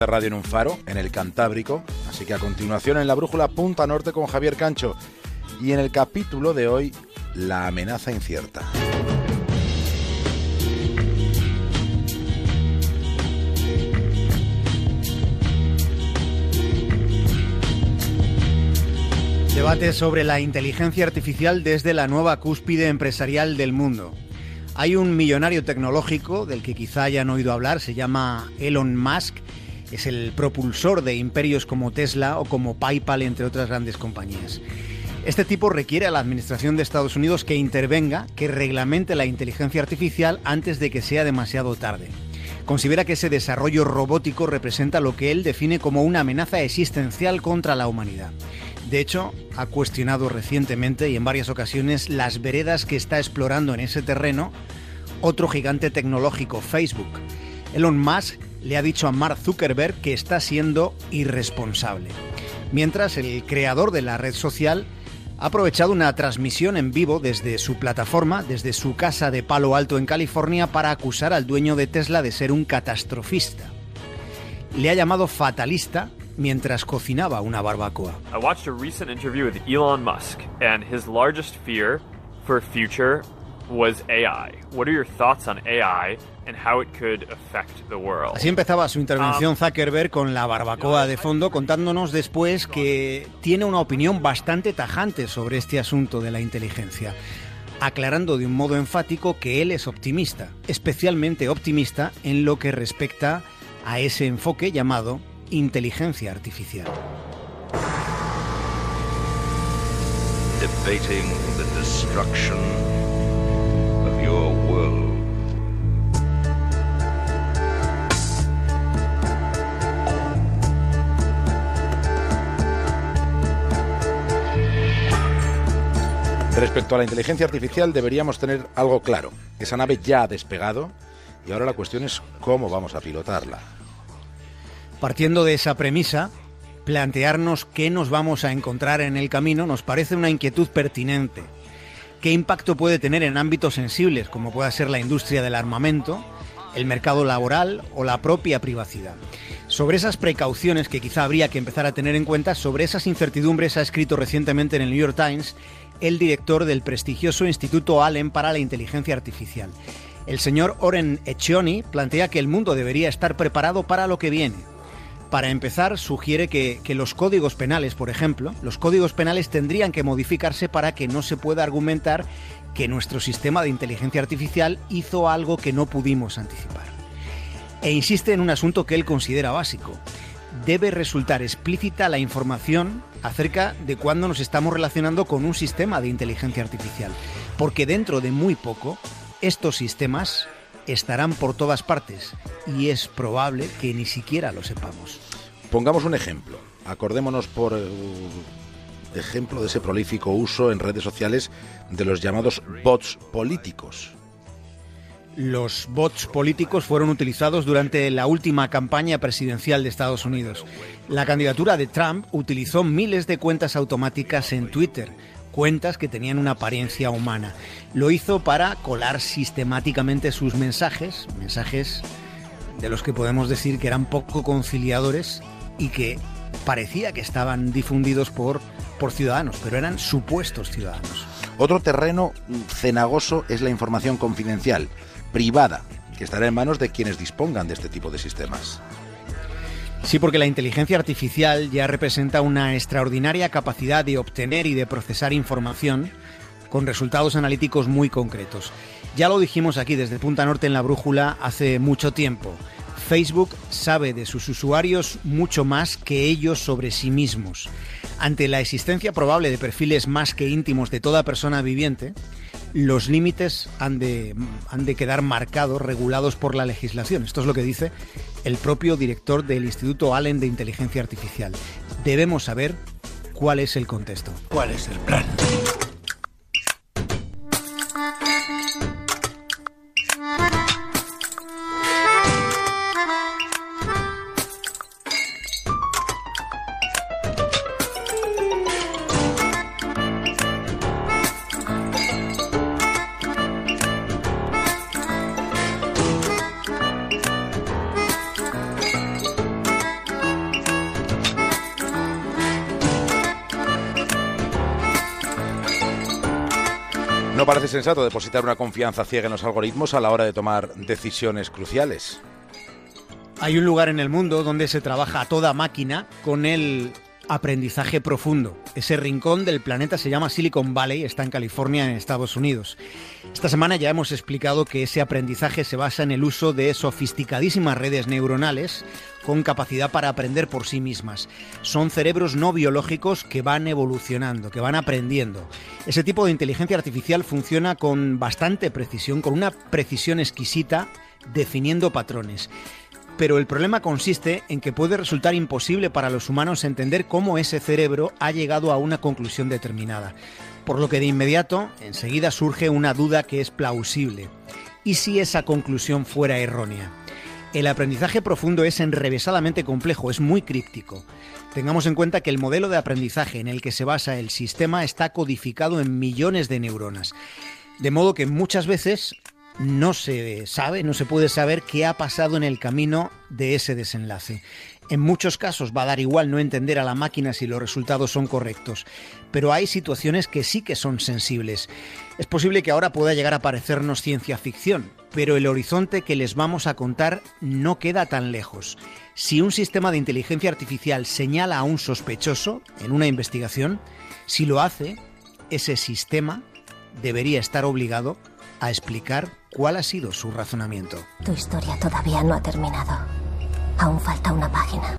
de radio en un faro, en el Cantábrico. Así que a continuación en la brújula Punta Norte con Javier Cancho. Y en el capítulo de hoy, la amenaza incierta. Debate sobre la inteligencia artificial desde la nueva cúspide empresarial del mundo. Hay un millonario tecnológico del que quizá hayan oído hablar, se llama Elon Musk. Es el propulsor de imperios como Tesla o como PayPal, entre otras grandes compañías. Este tipo requiere a la administración de Estados Unidos que intervenga, que reglamente la inteligencia artificial antes de que sea demasiado tarde. Considera que ese desarrollo robótico representa lo que él define como una amenaza existencial contra la humanidad. De hecho, ha cuestionado recientemente y en varias ocasiones las veredas que está explorando en ese terreno otro gigante tecnológico, Facebook. Elon Musk le ha dicho a Mark Zuckerberg que está siendo irresponsable. Mientras, el creador de la red social ha aprovechado una transmisión en vivo desde su plataforma, desde su casa de Palo Alto en California, para acusar al dueño de Tesla de ser un catastrofista. Le ha llamado fatalista mientras cocinaba una barbacoa. I watched a recent interview with Elon Musk, and his largest fear for future was AI. What are your thoughts on AI and how it could affect the world? Así empezaba su intervención Zuckerberg con la barbacoa de fondo, contándonos después que tiene una opinión bastante tajante sobre este asunto de la inteligencia, aclarando de un modo enfático que él es optimista, especialmente optimista en lo que respecta a ese enfoque llamado inteligencia artificial. Debating the destruction of your world. Respecto a la inteligencia artificial deberíamos tener algo claro. Esa nave ya ha despegado y ahora la cuestión es cómo vamos a pilotarla. Partiendo de esa premisa, plantearnos qué nos vamos a encontrar en el camino nos parece una inquietud pertinente. ¿Qué impacto puede tener en ámbitos sensibles, como pueda ser la industria del armamento, el mercado laboral o la propia privacidad? Sobre esas precauciones que quizá habría que empezar a tener en cuenta, sobre esas incertidumbres ha escrito recientemente en el New York Times el director del prestigioso Instituto Allen para la Inteligencia Artificial. El señor Oren Etzioni plantea que el mundo debería estar preparado para lo que viene. Para empezar, sugiere que los códigos penales, por ejemplo, los códigos penales tendrían que modificarse para que no se pueda argumentar que nuestro sistema de inteligencia artificial hizo algo que no pudimos anticipar. E insiste en un asunto que él considera básico. Debe resultar explícita la información acerca de cuándo nos estamos relacionando con un sistema de inteligencia artificial, porque dentro de muy poco estos sistemas estarán por todas partes y es probable que ni siquiera lo sepamos. Pongamos un ejemplo. Acordémonos por ejemplo de ese prolífico uso en redes sociales de los llamados bots políticos. Los bots políticos fueron utilizados durante la última campaña presidencial de Estados Unidos. La candidatura de Trump utilizó miles de cuentas automáticas en Twitter, cuentas que tenían una apariencia humana. Lo hizo para colar sistemáticamente sus mensajes de los que podemos decir que eran poco conciliadores y que parecía que estaban difundidos por ciudadanos, pero eran supuestos ciudadanos. Otro terreno cenagoso es la información confidencial, privada, que estará en manos de quienes dispongan de este tipo de sistemas. Sí, porque la inteligencia artificial ya representa una extraordinaria capacidad de obtener y de procesar información con resultados analíticos muy concretos. Ya lo dijimos aquí desde Punta Norte en la Brújula hace mucho tiempo. Facebook sabe de sus usuarios mucho más que ellos sobre sí mismos. Ante la existencia probable de perfiles más que íntimos de toda persona viviente, los límites han de quedar marcados, regulados por la legislación. Esto es lo que dice el propio director del Instituto Allen de Inteligencia Artificial. Debemos saber cuál es el contexto. ¿Cuál es el plan? No parece sensato depositar una confianza ciega en los algoritmos a la hora de tomar decisiones cruciales. Hay un lugar en el mundo donde se trabaja a toda máquina con el aprendizaje profundo. Ese rincón del planeta se llama Silicon Valley, está en California, en Estados Unidos. Esta semana ya hemos explicado que ese aprendizaje se basa en el uso de sofisticadísimas redes neuronales con capacidad para aprender por sí mismas. Son cerebros no biológicos que van evolucionando, que van aprendiendo. Ese tipo de inteligencia artificial funciona con bastante precisión, con una precisión exquisita, definiendo patrones. Pero el problema consiste en que puede resultar imposible para los humanos entender cómo ese cerebro ha llegado a una conclusión determinada. Por lo que de inmediato, enseguida surge una duda que es plausible. ¿Y si esa conclusión fuera errónea? El aprendizaje profundo es enrevesadamente complejo, es muy críptico. Tengamos en cuenta que el modelo de aprendizaje en el que se basa el sistema está codificado en millones de neuronas. De modo que muchas veces no se sabe, no se puede saber qué ha pasado en el camino de ese desenlace. En muchos casos va a dar igual no entender a la máquina si los resultados son correctos, pero hay situaciones que sí que son sensibles. Es posible que ahora pueda llegar a parecernos ciencia ficción, pero el horizonte que les vamos a contar no queda tan lejos. Si un sistema de inteligencia artificial señala a un sospechoso en una investigación, si lo hace, ese sistema debería estar obligado a explicar cuál ha sido su razonamiento. Tu historia todavía no ha terminado. Aún falta una página.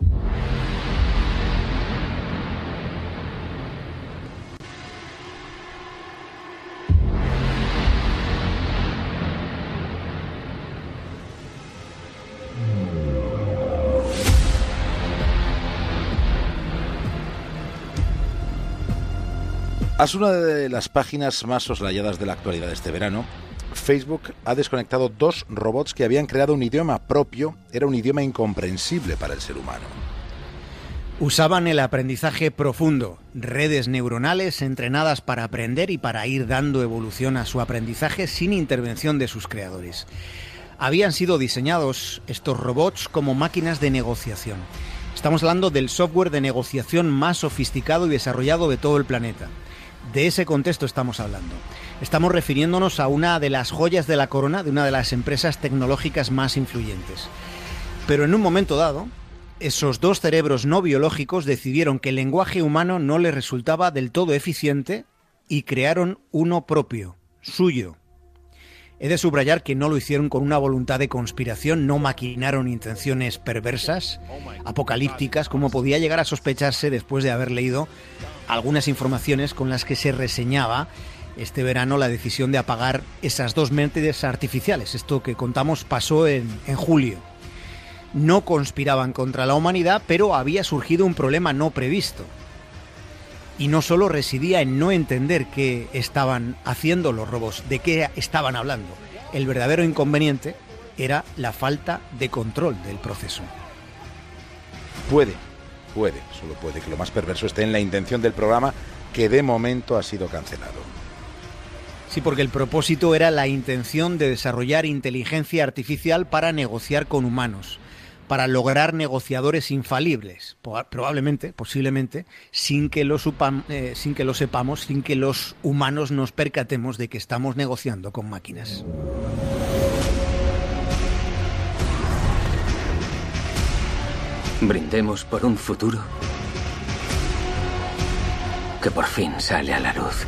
Es una de las páginas más soslayadas de la actualidad de este verano. Facebook ha desconectado 2 robots que habían creado un idioma propio, era un idioma incomprensible para el ser humano. Usaban el aprendizaje profundo, redes neuronales entrenadas para aprender y para ir dando evolución a su aprendizaje sin intervención de sus creadores. Habían sido diseñados estos robots como máquinas de negociación. Estamos hablando del software de negociación más sofisticado y desarrollado de todo el planeta. De ese contexto estamos hablando. Estamos refiriéndonos a una de las joyas de la corona de una de las empresas tecnológicas más influyentes. Pero en un momento dado, esos 2 cerebros no biológicos decidieron que el lenguaje humano no les resultaba del todo eficiente y crearon uno propio, suyo. He de subrayar que no lo hicieron con una voluntad de conspiración, no maquinaron intenciones perversas, apocalípticas, como podía llegar a sospecharse después de haber leído algunas informaciones con las que se reseñaba este verano la decisión de apagar esas 2 mentes artificiales. Esto que contamos pasó en julio. No conspiraban contra la humanidad, pero había surgido un problema no previsto. Y no solo residía en no entender qué estaban haciendo los robots, de qué estaban hablando. El verdadero inconveniente era la falta de control del proceso. Solo puede que lo más perverso esté en la intención del programa, que de momento ha sido cancelado. Sí, porque el propósito era la intención de desarrollar inteligencia artificial para negociar con humanos, para lograr negociadores infalibles, probablemente, posiblemente, sin que lo sepamos, sin que los humanos nos percatemos de que estamos negociando con máquinas. Brindemos por un futuro que por fin sale a la luz.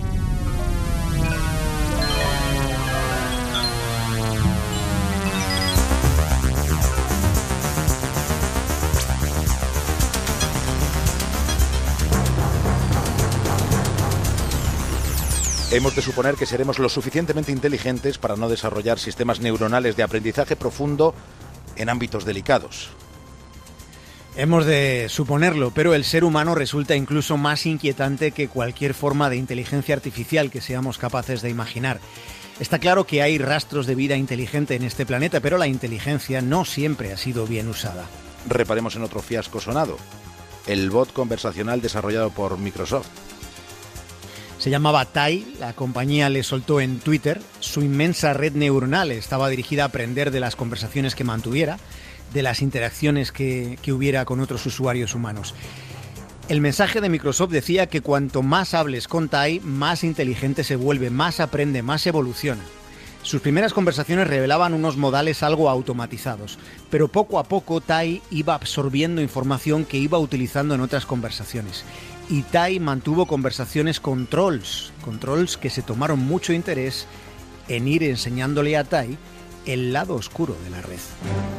Hemos de suponer que seremos lo suficientemente inteligentes para no desarrollar sistemas neuronales de aprendizaje profundo en ámbitos delicados. Hemos de suponerlo, pero el ser humano resulta incluso más inquietante que cualquier forma de inteligencia artificial que seamos capaces de imaginar. Está claro que hay rastros de vida inteligente en este planeta, pero la inteligencia no siempre ha sido bien usada. Reparemos en otro fiasco sonado, el bot conversacional desarrollado por Microsoft. Se llamaba Tai, la compañía le soltó en Twitter. Su inmensa red neuronal estaba dirigida a aprender de las conversaciones que mantuviera, de las interacciones que hubiera con otros usuarios humanos. El mensaje de Microsoft decía que cuanto más hables con Tai, más inteligente se vuelve, más aprende, más evoluciona. Sus primeras conversaciones revelaban unos modales algo automatizados, pero poco a poco Tai iba absorbiendo información que iba utilizando en otras conversaciones. Y Tai mantuvo conversaciones con trolls que se tomaron mucho interés en ir enseñándole a Tai el lado oscuro de la red.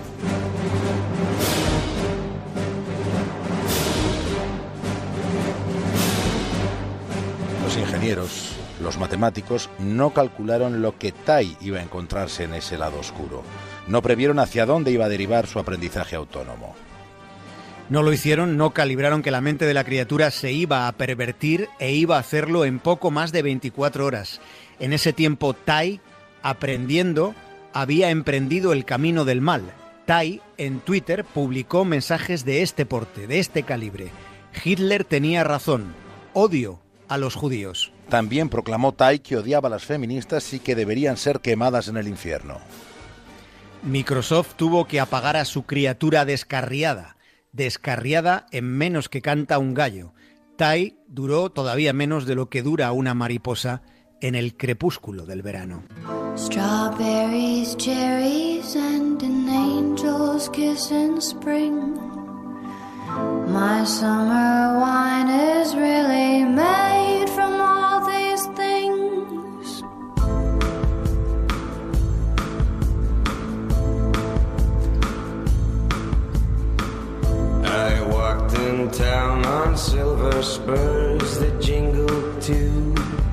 Los ingenieros, los matemáticos, no calcularon lo que Tai iba a encontrarse en ese lado oscuro. No previeron hacia dónde iba a derivar su aprendizaje autónomo. No lo hicieron, no calibraron que la mente de la criatura se iba a pervertir e iba a hacerlo en poco más de 24 horas. En ese tiempo, Tai, aprendiendo, había emprendido el camino del mal. Tai, en Twitter, publicó mensajes de este porte, de este calibre. Hitler tenía razón. Odio a los judíos. También proclamó Tai que odiaba a las feministas y que deberían ser quemadas en el infierno. Microsoft tuvo que apagar a su criatura descarriada en menos que canta un gallo. Tai duró todavía menos de lo que dura una mariposa en el crepúsculo del verano. Strawberries, cherries and an angel's kiss in spring. My summer wine is really made from all these things. I walked in town on silver spurs that jingled too.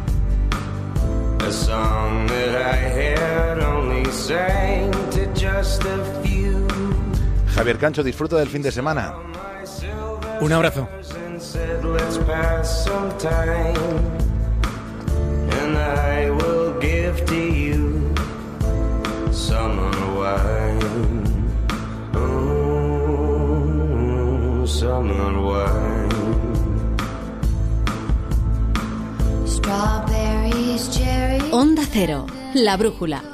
A song that I had only sang to just a few. Javier Cancho, disfruta del fin de semana. Un abrazo. Onda Cero, la brújula.